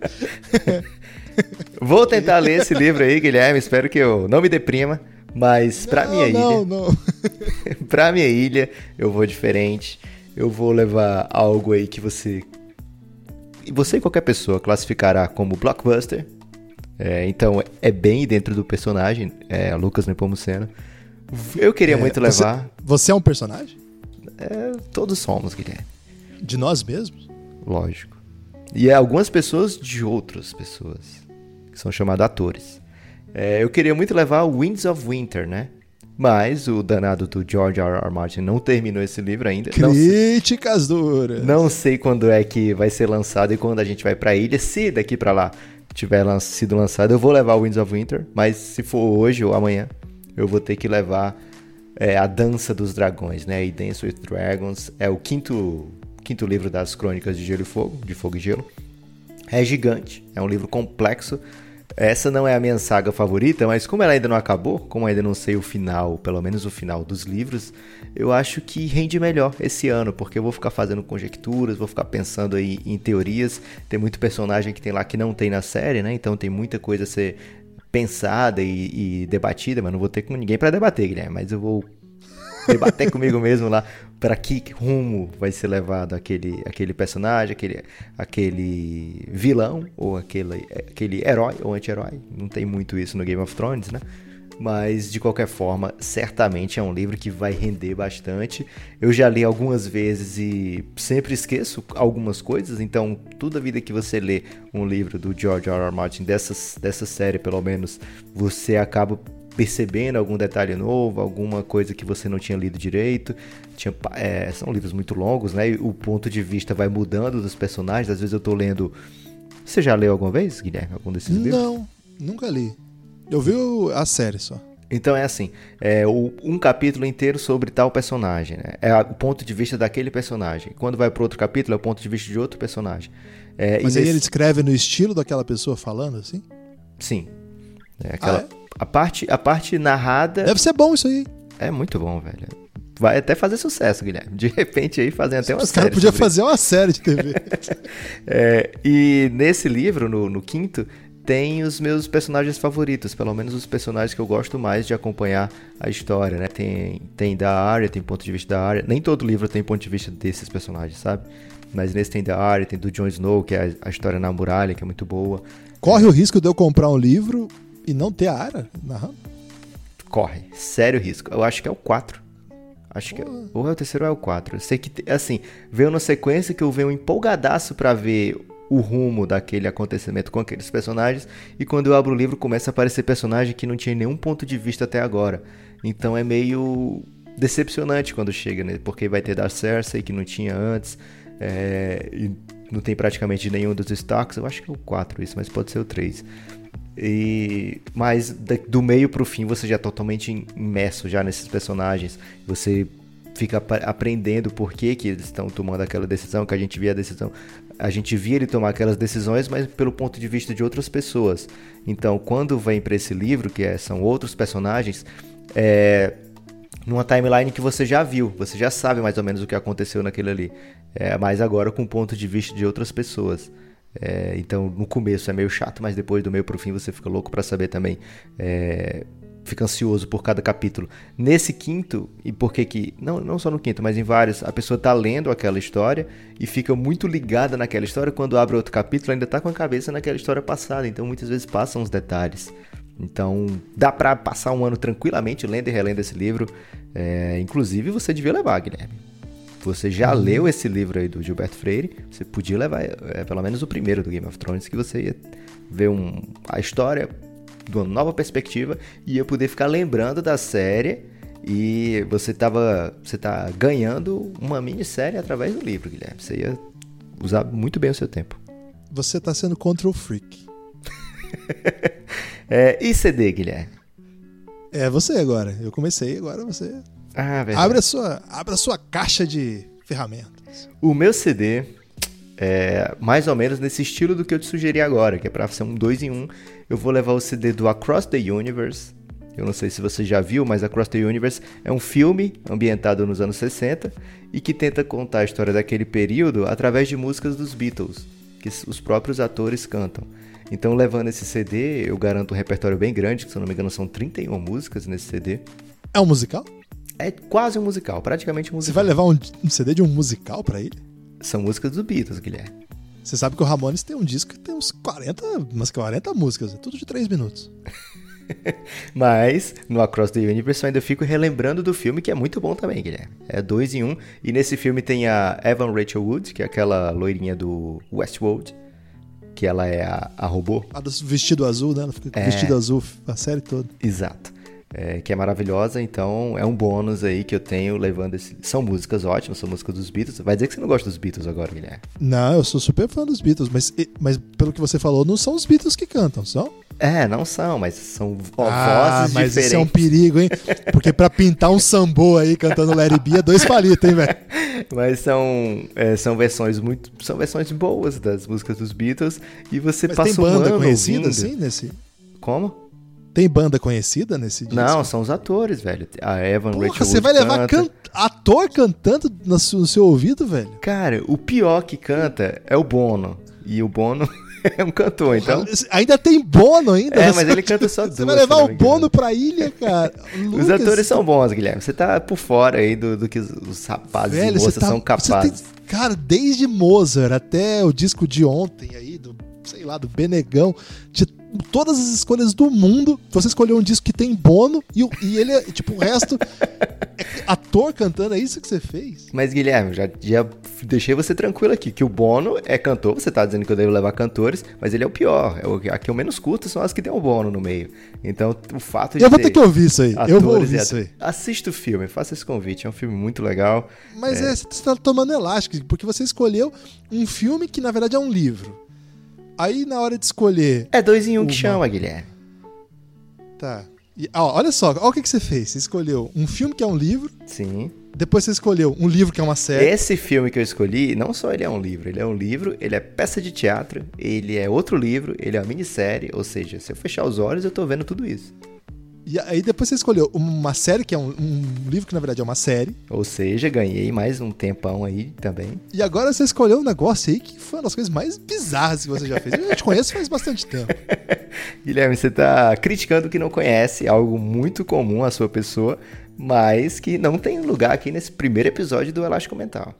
Vou tentar ler esse livro aí, Guilherme. Espero que eu não me deprima. Mas pra não, minha não, ilha... Não, não. Pra minha ilha, eu vou diferente. Eu vou levar algo aí que você... E você e qualquer pessoa classificará como blockbuster. É, então, é bem dentro do personagem, é, Lucas Nepomuceno. Eu queria é, muito levar... Você, você é um personagem? É, todos somos, Guilherme. De nós mesmos? Lógico. E é algumas pessoas de outras pessoas, que são chamados atores. É, eu queria muito levar Winds of Winter, né? Mas o danado do George R R. Martin não terminou esse livro ainda. Críticas não duras. Não sei quando é que vai ser lançado e quando a gente vai pra ilha. Se daqui pra lá tiver lan- sido lançado, eu vou levar o Winds of Winter. Mas se for hoje ou amanhã, eu vou ter que levar é, A Dança dos Dragões, né? E Dance with Dragons. É o quinto, quinto livro das Crônicas de Gelo e Fogo, de Fogo e Gelo. É gigante, é um livro complexo. Essa não é a minha saga favorita, mas como ela ainda não acabou, como ainda não sei o final, pelo menos o final dos livros, eu acho que rende melhor esse ano, porque eu vou ficar fazendo conjecturas, vou ficar pensando aí em teorias. Tem muito personagem que tem lá que não tem na série, né? Então tem muita coisa a ser pensada e, e debatida, mas não vou ter com ninguém para debater, Guilherme, mas eu vou debater comigo mesmo lá para que rumo vai ser levado aquele, aquele personagem, aquele, aquele vilão ou aquele, aquele herói ou anti-herói. Não tem muito isso no Game of Thrones, né? Mas de qualquer forma, certamente é um livro que vai render bastante. Eu já li algumas vezes e sempre esqueço algumas coisas, então toda vida que você lê um livro do George R R. Martin, dessa, dessa série pelo menos, você acaba percebendo algum detalhe novo, alguma coisa que você não tinha lido direito. Tinha, é, são livros muito longos, né? E o ponto de vista vai mudando dos personagens. Às vezes eu tô lendo... Você já leu alguma vez, Guilherme, algum desses livros? Não, nunca li. Eu vi a série só. Então é assim, é um capítulo inteiro sobre tal personagem, né? É o ponto de vista daquele personagem. Quando vai para outro capítulo, é o ponto de vista de outro personagem. É, Mas aí nesse... ele escreve no estilo daquela pessoa falando, assim? Sim. É aquela... Ah, é? A, parte, a parte narrada... Deve ser bom isso aí. É muito bom, velho. Vai até fazer sucesso, Guilherme. De repente aí fazem até uma Os série. caras podiam sobre fazer uma série de T V. é, e nesse livro, no, no quinto, tem os meus personagens favoritos. Pelo menos os personagens que eu gosto mais de acompanhar a história, né? Tem, tem da Arya, tem ponto de vista da Arya. Nem todo livro tem ponto de vista desses personagens, sabe? Mas nesse tem da Arya, tem do Jon Snow, que é a, a história na muralha, que é muito boa. Corre é. o risco de eu comprar um livro e não ter a Arya narrando? Corre. Sério risco. Eu acho que é o quatro. Acho que é, ou é o terceiro ou é o quatro. Eu sei que, assim, veio na sequência que eu venho empolgadaço pra ver o rumo daquele acontecimento com aqueles personagens, e quando eu abro o livro começa a aparecer personagem que não tinha nenhum ponto de vista até agora. Então é meio decepcionante quando chega, né? Porque vai ter da Cersei que não tinha antes, é, e não tem praticamente nenhum dos Starks. Eu acho que é o quatro isso, mas pode ser o três. E, mas do meio pro fim você já é totalmente imerso já nesses personagens. Você fica aprendendo por que, que eles estão tomando aquela decisão, que a gente via a decisão, a gente via ele tomar aquelas decisões, mas pelo ponto de vista de outras pessoas. Então, quando vem para esse livro, que é, são outros personagens, é numa timeline que você já viu, você já sabe mais ou menos o que aconteceu naquele ali, é, mas agora com o ponto de vista de outras pessoas. É, então no começo é meio chato, mas depois do meio pro fim você fica louco pra saber também, é, fica ansioso por cada capítulo. Nesse quinto, e por que que, não, não só no quinto, mas em vários, a pessoa tá lendo aquela história e fica muito ligada naquela história. Quando abre outro capítulo ainda tá com a cabeça naquela história passada, então muitas vezes passam os detalhes. Então dá pra passar um ano tranquilamente lendo e relendo esse livro, é, inclusive você devia levar, Guilherme. Você já uhum. leu esse livro aí do Gilberto Freire, você podia levar é, pelo menos o primeiro do Game of Thrones, que você ia ver um, a história de uma nova perspectiva e ia poder ficar lembrando da série, e você tava, você tá ganhando uma minissérie através do livro, Guilherme. Você ia usar muito bem o seu tempo. Você tá sendo control freak. é, e C D, Guilherme? É você agora, eu comecei, agora você... Ah, abre, a sua, abre a sua caixa de ferramentas. O meu C D é mais ou menos nesse estilo do que eu te sugeri agora, que é pra ser um dois em um. Eu vou levar o C D do Across the Universe. Eu não sei se você já viu, mas Across the Universe é um filme ambientado nos anos sessenta e que tenta contar a história daquele período através de músicas dos Beatles, que os próprios atores cantam. Então, levando esse C D, eu garanto um repertório bem grande, que se eu não me engano são trinta e uma músicas nesse C D. É um musical? É quase um musical, praticamente um musical. Você vai levar um, um C D de um musical pra ele? São músicas dos Beatles, Guilherme. Você sabe que o Ramones tem um disco que tem uns quarenta, umas quarenta músicas, é tudo de três minutos. Mas no Across the Universe eu ainda fico relembrando do filme, que é muito bom também, Guilherme. É dois em um. E nesse filme tem a Evan Rachel Wood, que é aquela loirinha do Westworld, que ela é a, a robô. A do vestido azul, né? Ela fica com é... vestido azul a série toda. Exato. É, que é maravilhosa, então é um bônus aí que eu tenho levando esse... São músicas ótimas, são músicas dos Beatles. Vai dizer que você não gosta dos Beatles agora, Guilherme? Não, eu sou super fã dos Beatles, mas, mas pelo que você falou, não são os Beatles que cantam, são? É, não são, mas são ó, ah, vozes mas diferentes. Isso é um perigo, hein? Porque pra pintar um sambô aí cantando Let It Be é dois palitos, hein, velho? Mas são, é, são versões muito... São versões boas das músicas dos Beatles e você mas passa tem banda um ano conhecida ouvindo. assim nesse... Como? Tem banda conhecida nesse disco? Não, são os atores, velho. A Evan Rachel Wood você vai levar canta. can... ator cantando no seu, no seu ouvido, velho? Cara, o pior que canta é o Bono. E o Bono é um cantor, então... Ainda tem Bono ainda? É, mas ele canta só duas. Você vai levar o Bono pra ilha, cara? Lucas, os atores são bons, Guilherme. Você tá por fora aí do, do que os, os rapazes velho, e moças tá, são capazes. Tem, cara, desde Mozart até o disco de ontem aí, do, sei lá, do Benegão, de todas as escolhas do mundo. Você escolheu um disco que tem Bono e, o- e ele é, tipo, o resto é ator cantando, é isso que você fez? Mas, Guilherme, já, já deixei você tranquilo aqui, que o Bono é cantor, você tá dizendo que eu devo levar cantores, mas ele é o pior. É o, a que eu menos curto são as que tem o Bono no meio. Então, o fato de Eu vou ter que ouvir isso aí, eu vou atores ouvir e isso aí. at- Assista o filme, faça esse convite, é um filme muito legal. Mas é. você tá tomando elástico, porque você escolheu um filme que na verdade é um livro. Aí na hora de escolher... É dois em um que Uma. chama, Guilherme. Tá. E, ó, olha só, olha o que, que você fez. Você escolheu um filme que é um livro, Sim. depois você escolheu um livro que é uma série. Esse filme que eu escolhi, não só ele é um livro, ele é um livro, ele é peça de teatro, ele é outro livro, ele é uma minissérie, ou seja, se eu fechar os olhos eu tô vendo tudo isso. E aí depois você escolheu uma série que é um, um livro que na verdade é uma série. Ou seja, ganhei mais um tempão aí também. E agora você escolheu um negócio aí que foi uma das coisas mais bizarras que você já fez. Eu te conheço faz bastante tempo. Guilherme, você tá criticando o que não conhece, algo muito comum à sua pessoa, mas que não tem lugar aqui nesse primeiro episódio do Elástico Mental.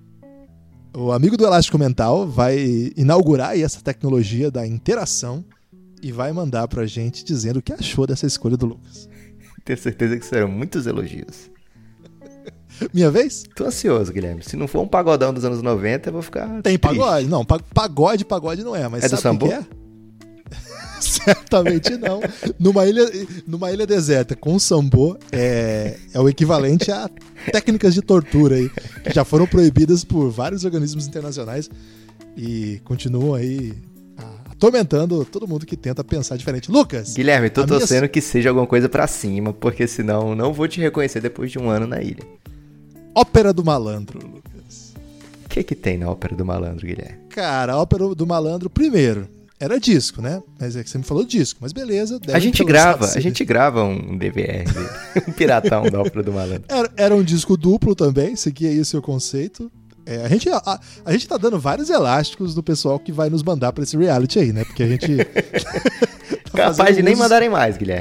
O amigo do Elástico Mental vai inaugurar aí essa tecnologia da interação e vai mandar pra gente dizendo o que achou dessa escolha do Lucas. Tenho certeza que serão muitos elogios. Minha vez? Tô ansioso, Guilherme. Se não for um pagodão dos anos noventa, eu vou ficar Tem triste. pagode? Não, pa- pagode, pagode não é, mas É do sabe o que sambô? que é? Certamente não. Numa ilha, numa ilha deserta com sambô é, é o equivalente a técnicas de tortura aí, que já foram proibidas por vários organismos internacionais e continuam aí ah, atormentando todo mundo que tenta pensar diferente. Lucas! Guilherme, tô a minha- torcendo que seja alguma coisa pra cima, porque senão não vou te reconhecer depois de um ano na ilha. Ópera do Malandro, Lucas. O que que tem na Ópera do Malandro, Guilherme? Cara, a Ópera do Malandro, primeiro, era disco, né? Mas é que você me falou disco, mas beleza. A gente grava, a gente grava um D V R dele, um piratão da Ópera do Malandro. Era, era um disco duplo também, seguia aí o seu conceito. É, a, gente, a, a gente tá dando vários elásticos do pessoal que vai nos mandar pra esse reality aí, né? Porque a gente. tá Capaz fazendo de nem uso- mandarem mais, Guilherme.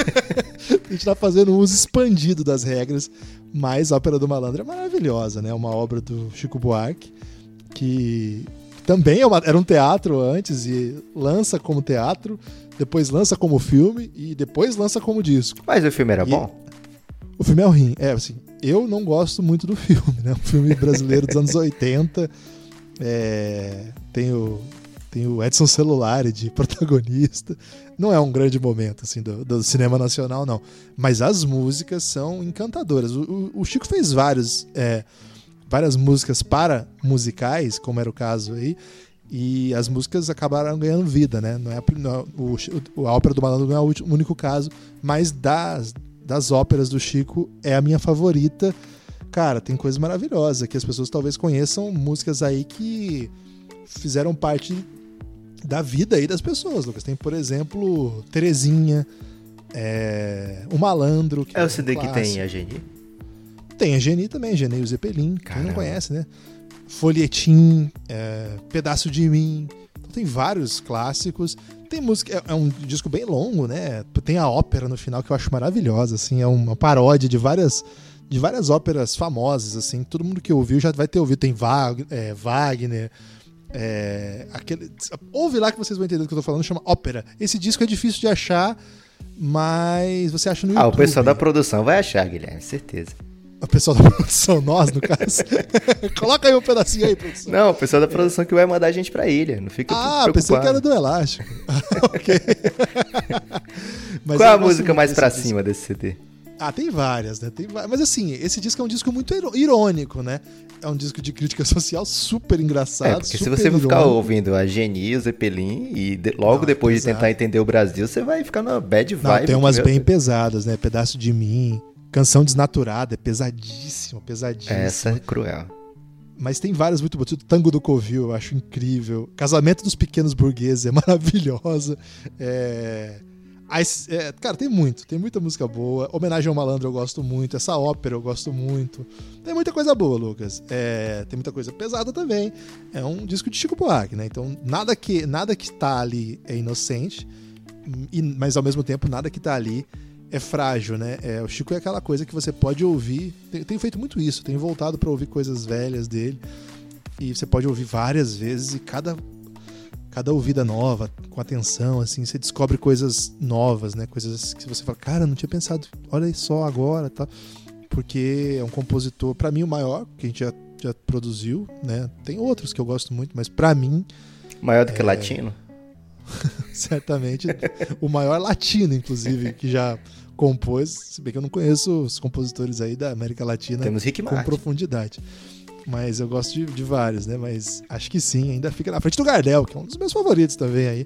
A gente tá fazendo um uso expandido das regras, mas a Ópera do Malandro é maravilhosa, né? Uma obra do Chico Buarque, que também é uma- era um teatro antes e lança como teatro, depois lança como filme e depois lança como disco. Mas o filme era E- bom? O filme é ruim. É, assim, eu não gosto muito do filme, né? Um filme brasileiro dos anos oitenta. É, tem, o, tem o Edson Celulari de protagonista. Não é um grande momento, assim, do, do cinema nacional, não. Mas as músicas são encantadoras. O, o- o Chico fez vários, é, várias músicas para musicais, como era o caso aí. E as músicas acabaram ganhando vida, né? Não é a, pri- não é- o, o- a Ópera do Malandro não é o ulti- o único caso, mas das, das óperas do Chico é a minha favorita. Cara, tem coisas maravilhosas que as pessoas talvez conheçam, músicas aí que fizeram parte da vida aí das pessoas, Lucas. Tem, por exemplo, Terezinha, é, O Malandro. Que É um o C D que clássico. tem a Geni? Tem a Geni também, Geni e o Zeppelin. Quem Caramba. não conhece, né? Folhetim, é, Pedaço de Mim. Então tem vários clássicos. Tem música, é, é um disco bem longo, né? Tem a ópera no final que eu acho maravilhosa, assim, é uma paródia de várias, de várias óperas famosas, assim. Todo mundo que ouviu já vai ter ouvido. Tem Wag- é, Wagner, é, aquele, ouve lá que vocês vão entender do que eu tô falando, chama Ópera. Esse disco é difícil de achar, mas você acha no Ah, YouTube. o pessoal da produção vai achar, Guilherme, certeza. O pessoal da produção, nós, no caso. Coloca aí um pedacinho aí, produção. Não, o pessoal da produção que vai mandar a gente pra ilha, não fica Ah, preocupado. pensei que era do Elástico. Ok. Mas Qual é eu a gosto música muito mais desse pra disco. cima desse C D? Ah, tem várias, né? Tem va- Mas assim, esse disco é um disco muito iro- irônico, né? É um disco de crítica social super engraçado. É, porque se super você for ficar irônico. ouvindo a Geni, o Zeppelin, e de- logo Não, depois de pesado. tentar entender o Brasil, você vai ficar numa bad vibe. Não, tem umas meu bem Deus. pesadas, né? Pedaço de Mim, Canção Desnaturada, é pesadíssimo, pesadíssimo. Essa é cruel. Mas tem várias muito boas. O Tango do Covil, eu acho incrível. Casamento dos Pequenos Burgueses é maravilhosa. É... As- é, cara, tem muito. Tem muita música boa. Homenagem ao Malandro eu gosto muito. Essa ópera eu gosto muito. Tem muita coisa boa, Lucas. É, tem muita coisa pesada também. É um disco de Chico Buarque, né? Então nada que, nada que tá ali é inocente. E- mas ao mesmo tempo nada que tá ali é frágil, né? É, o Chico é aquela coisa que você pode ouvir. Tem- Tenho feito muito isso, tenho voltado pra ouvir coisas velhas dele. E você pode ouvir várias vezes e cada, cada ouvida nova, com atenção, assim, você descobre coisas novas, né? Coisas que você fala, cara, não tinha pensado, olha só agora, tá? Porque é um compositor, pra mim, o maior, que a gente já, já produziu, né? Tem outros que eu gosto muito, mas pra mim... Maior do que é... latino? Certamente, o maior latino, inclusive, que já compôs, se bem que eu não conheço os compositores aí da América Latina. Temos Rick com Martin. Profundidade. Mas eu gosto de, de vários, né? Mas acho que sim, ainda fica na frente do Gardel, que é um dos meus favoritos também aí.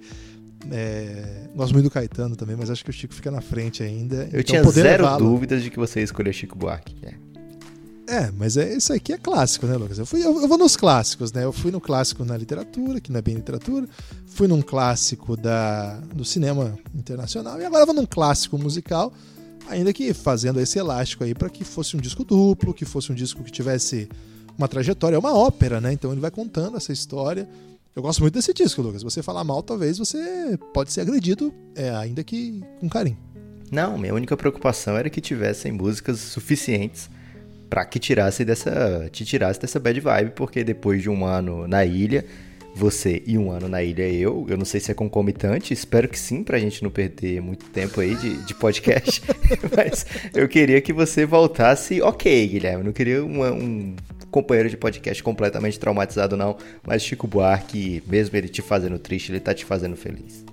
É... Gosto muito do Caetano também, mas acho que o Chico fica na frente ainda. Eu então, tinha poder zero levá-lo... dúvidas de que você ia escolher Chico Buarque. É. É, mas é, isso aqui é clássico, né, Lucas? Eu, fui, eu, eu vou nos clássicos, né? Eu fui no clássico na literatura, que não é bem literatura, fui num clássico da, do cinema internacional e agora eu vou num clássico musical, ainda que fazendo esse elástico aí para que fosse um disco duplo, que fosse um disco que tivesse uma trajetória, é uma ópera, né? Então ele vai contando essa história. Eu gosto muito desse disco, Lucas. Se você falar mal, talvez você pode ser agredido, é, ainda que com carinho. Não, minha única preocupação era que tivessem músicas suficientes pra que tirasse dessa, te tirasse dessa bad vibe, porque depois de um ano na ilha, você e um ano na ilha eu, eu não sei se é concomitante, espero que sim, pra gente não perder muito tempo aí de, de podcast, mas eu queria que você voltasse ok, Guilherme, eu não queria uma, um companheiro de podcast completamente traumatizado não, mas Chico Buarque, mesmo ele te fazendo triste, ele tá te fazendo feliz.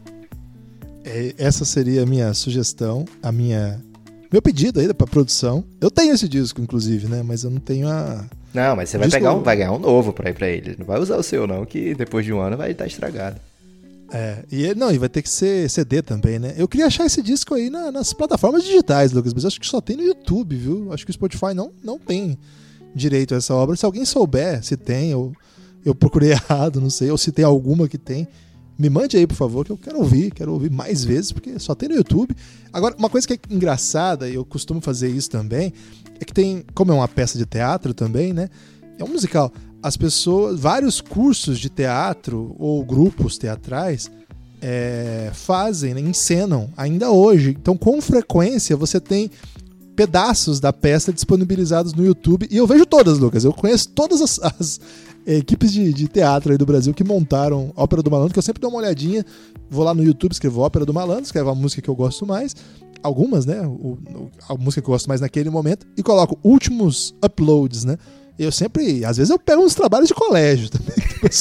É, essa seria a minha sugestão, a minha... Meu pedido ainda pra produção. Eu tenho esse disco, inclusive, né? Mas eu não tenho a... Não, mas você vai, disco... pegar um, vai ganhar um novo pra ir pra ele. Não vai usar o seu, não, que depois de um ano vai estar estragado. É, e não, e vai ter que ser C D também, né? Eu queria achar esse disco aí na, nas plataformas digitais, Lucas, mas acho que só tem no YouTube, viu? Acho que o Spotify não, não tem direito a essa obra. Se alguém souber se tem, ou eu procurei errado, não sei, ou se tem alguma que tem, me mande aí, por favor, que eu quero ouvir, quero ouvir mais vezes, porque só tem no YouTube. Agora, uma coisa que é engraçada, e eu costumo fazer isso também, é que tem, como é uma peça de teatro também, né? É um musical. As pessoas, vários cursos de teatro ou grupos teatrais é, fazem, né, encenam ainda hoje. Então, com frequência, você tem pedaços da peça disponibilizados no YouTube. E eu vejo todas, Lucas. Eu conheço todas as... as equipes de, de teatro aí do Brasil que montaram Ópera do Malandro, que eu sempre dou uma olhadinha, vou lá no YouTube, escrevo Ópera do Malandro, escrevo a música que eu gosto mais, algumas, né, o, a música que eu gosto mais naquele momento, e coloco últimos uploads, né. Eu sempre, às vezes eu pego uns trabalhos de colégio também.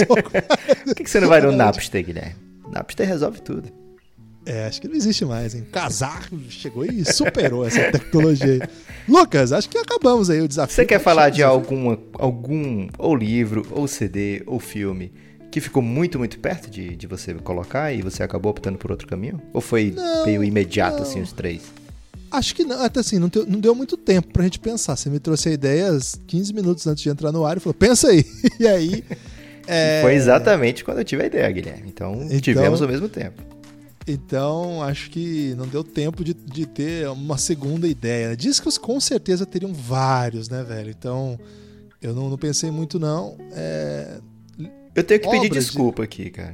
Por que, que você não vai no Napster, Guilherme? Napster resolve tudo. É, acho que não existe mais, hein? Casar chegou e superou essa tecnologia aí. Lucas, acho que acabamos aí o desafio. Você quer falar de alguma, algum, ou livro, ou C D, ou filme, que ficou muito, muito perto de, de você colocar e você acabou optando por outro caminho? Ou foi não, meio imediato, não. assim, os três? Acho que não, até assim, não, te, não deu muito tempo pra gente pensar. Você me trouxe a ideia quinze minutos antes de entrar no ar e falou, pensa aí. E aí... É... Foi exatamente quando eu tive a ideia, Guilherme. Então, então... tivemos ao mesmo tempo. Então, acho que não deu tempo de, de ter uma segunda ideia. Discos com certeza teriam vários, né, velho? Então, eu não, não pensei muito, não. É... Eu tenho que pedir desculpa de... aqui, cara.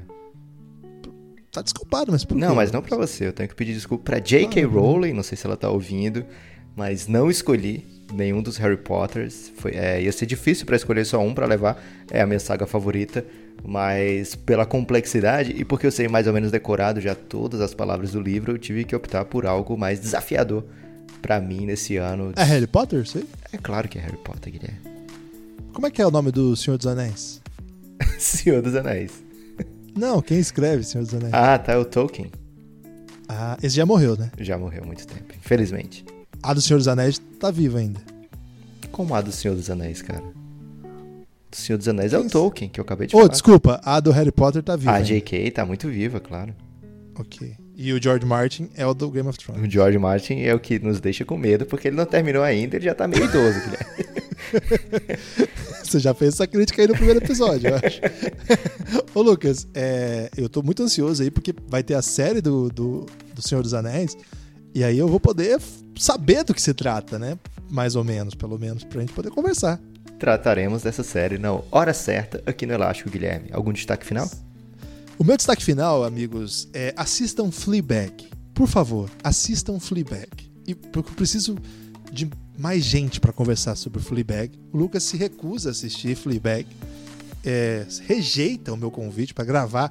Tá desculpado, mas por quê? Não, mas não pra você. Eu tenho que pedir desculpa pra J K. Ah, Rowling, não sei se ela tá ouvindo, mas não escolhi nenhum dos Harry Potters. Foi, é, ia ser difícil pra escolher só um pra levar. É a minha saga favorita. Mas pela complexidade e porque eu sei mais ou menos decorado já todas as palavras do livro, eu tive que optar por algo mais desafiador pra mim nesse ano. É Harry Potter, sei? É claro que é Harry Potter, Guilherme. Como é que é o nome do Senhor dos Anéis? Senhor dos Anéis. Não, quem escreve Senhor dos Anéis? Ah, tá, o Tolkien. Ah, esse já morreu, né? Já morreu há muito tempo, infelizmente. A do Senhor dos Anéis tá viva ainda. Como a do Senhor dos Anéis, cara? Do Senhor dos Anéis é o Tolkien, que eu acabei de oh, falar. Oh, desculpa, a do Harry Potter tá viva. A J K tá muito viva, claro. Ok. E o George Martin é o do Game of Thrones. O George Martin é o que nos deixa com medo, porque ele não terminou ainda, ele já tá meio idoso, Guilherme. Você já fez essa crítica aí no primeiro episódio, eu acho. Ô, Lucas, é, eu tô muito ansioso aí, porque vai ter a série do, do, do Senhor dos Anéis, e aí eu vou poder saber do que se trata, né? Mais ou menos, pelo menos, pra gente poder conversar. Trataremos dessa série na hora certa aqui no Elástico, Guilherme. Algum destaque final? O meu destaque final, amigos, é assistam Fleabag. Por favor, assistam Fleabag. E porque eu preciso de mais gente para conversar sobre Fleabag. O Lucas se recusa a assistir Fleabag. É, rejeita o meu convite para gravar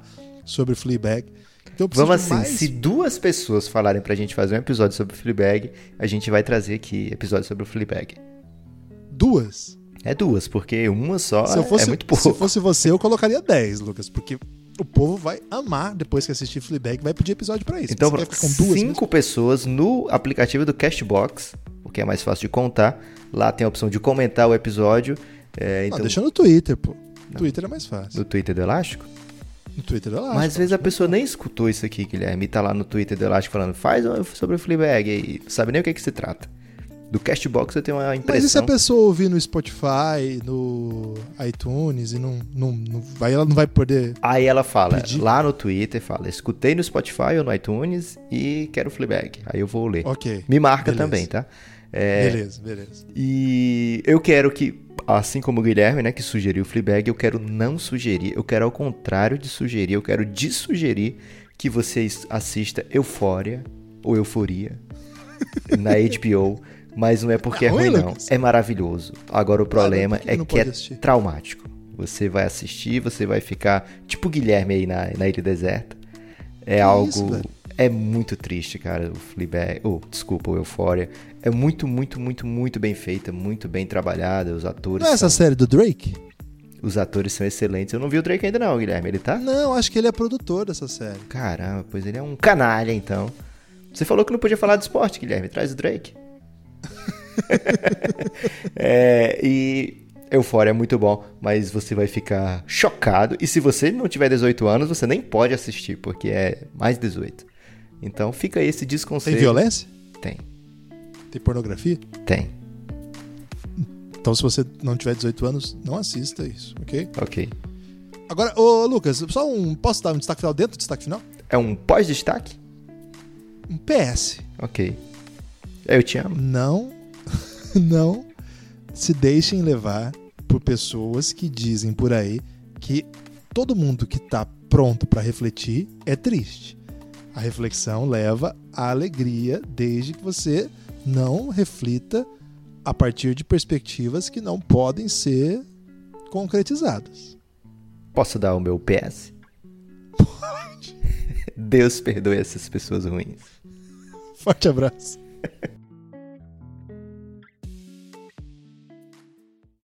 sobre Fleabag. Então eu preciso Vamos de assim, mais... se duas pessoas falarem pra gente fazer um episódio sobre Fleabag, a gente vai trazer aqui episódio sobre o Fleabag. Duas? É duas, porque uma só Se eu fosse, é muito pouco. Se fosse você, eu colocaria dez, Lucas, porque o povo vai amar depois que assistir Fleabag, vai pedir episódio pra isso. Então, Você quer ficar com duas cinco mesmo? pessoas no aplicativo do Castbox, porque é mais fácil de contar. Lá tem a opção de comentar o episódio. É, então, Não, deixa no Twitter, pô. No Twitter é mais fácil. no Twitter do Elástico. No Twitter é lá. Mas às vezes a pessoa nem escutou isso aqui, Guilherme, e tá lá no Twitter do Elástico falando, faz um sobre o Fleabag, e não sabe nem o que, é que se trata. Do Castbox eu tenho uma impressão... Mas e se a pessoa ouvir no Spotify, no iTunes, e não, não, não vai, ela não vai poder... Aí ela fala, pedir? lá no Twitter, fala, escutei no Spotify ou no iTunes e quero Fleabag. Aí eu vou ler. Ok. Me marca Beleza. também, tá? É, Beleza, beleza. E eu quero que, assim como o Guilherme, né, que sugeriu o Fleabag, eu quero não sugerir, eu quero ao contrário de sugerir, eu quero dessugerir que vocês assistam Euphoria ou Euforia na H B O, mas não é porque é, É ruim, ruim, não. Lucas? É maravilhoso. Agora o problema por que é não que é pode assistir? traumático. Você vai assistir, você vai ficar tipo o Guilherme aí na, na Ilha Deserta. É Que algo... isso, velho? É muito triste, cara, o Fleabag... Oh, desculpa, o Euphoria. É muito, muito, muito, muito bem feita, muito bem trabalhada. Os atores Não é essa são... série do Drake? Os atores são excelentes. Eu não vi o Drake ainda não, Guilherme. Ele tá? Não, acho que ele é produtor dessa série. Caramba, pois ele é um canalha, então. Você falou que não podia falar de esporte, Guilherme. Traz o Drake. é, e... Euphoria é muito bom, mas você vai ficar chocado. E se você não tiver dezoito anos, você nem pode assistir, porque é mais dezoito. Então fica aí esse Tem desconselho. violência? Tem, Tem pornografia? tem. Então se você não tiver dezoito anos, não assista isso, ok? Ok. Agora, ô Lucas, só um... Posso dar um destaque final dentro do destaque final? É um pós-destaque? Um P S. Ok. Eu te amo. Não, não se deixem levar por pessoas que dizem por aí que todo mundo que tá pronto para refletir é triste. A reflexão leva à alegria desde que você não reflita a partir de perspectivas que não podem ser concretizadas. Posso dar o meu P S? Pode. Deus perdoe essas pessoas ruins. Forte abraço.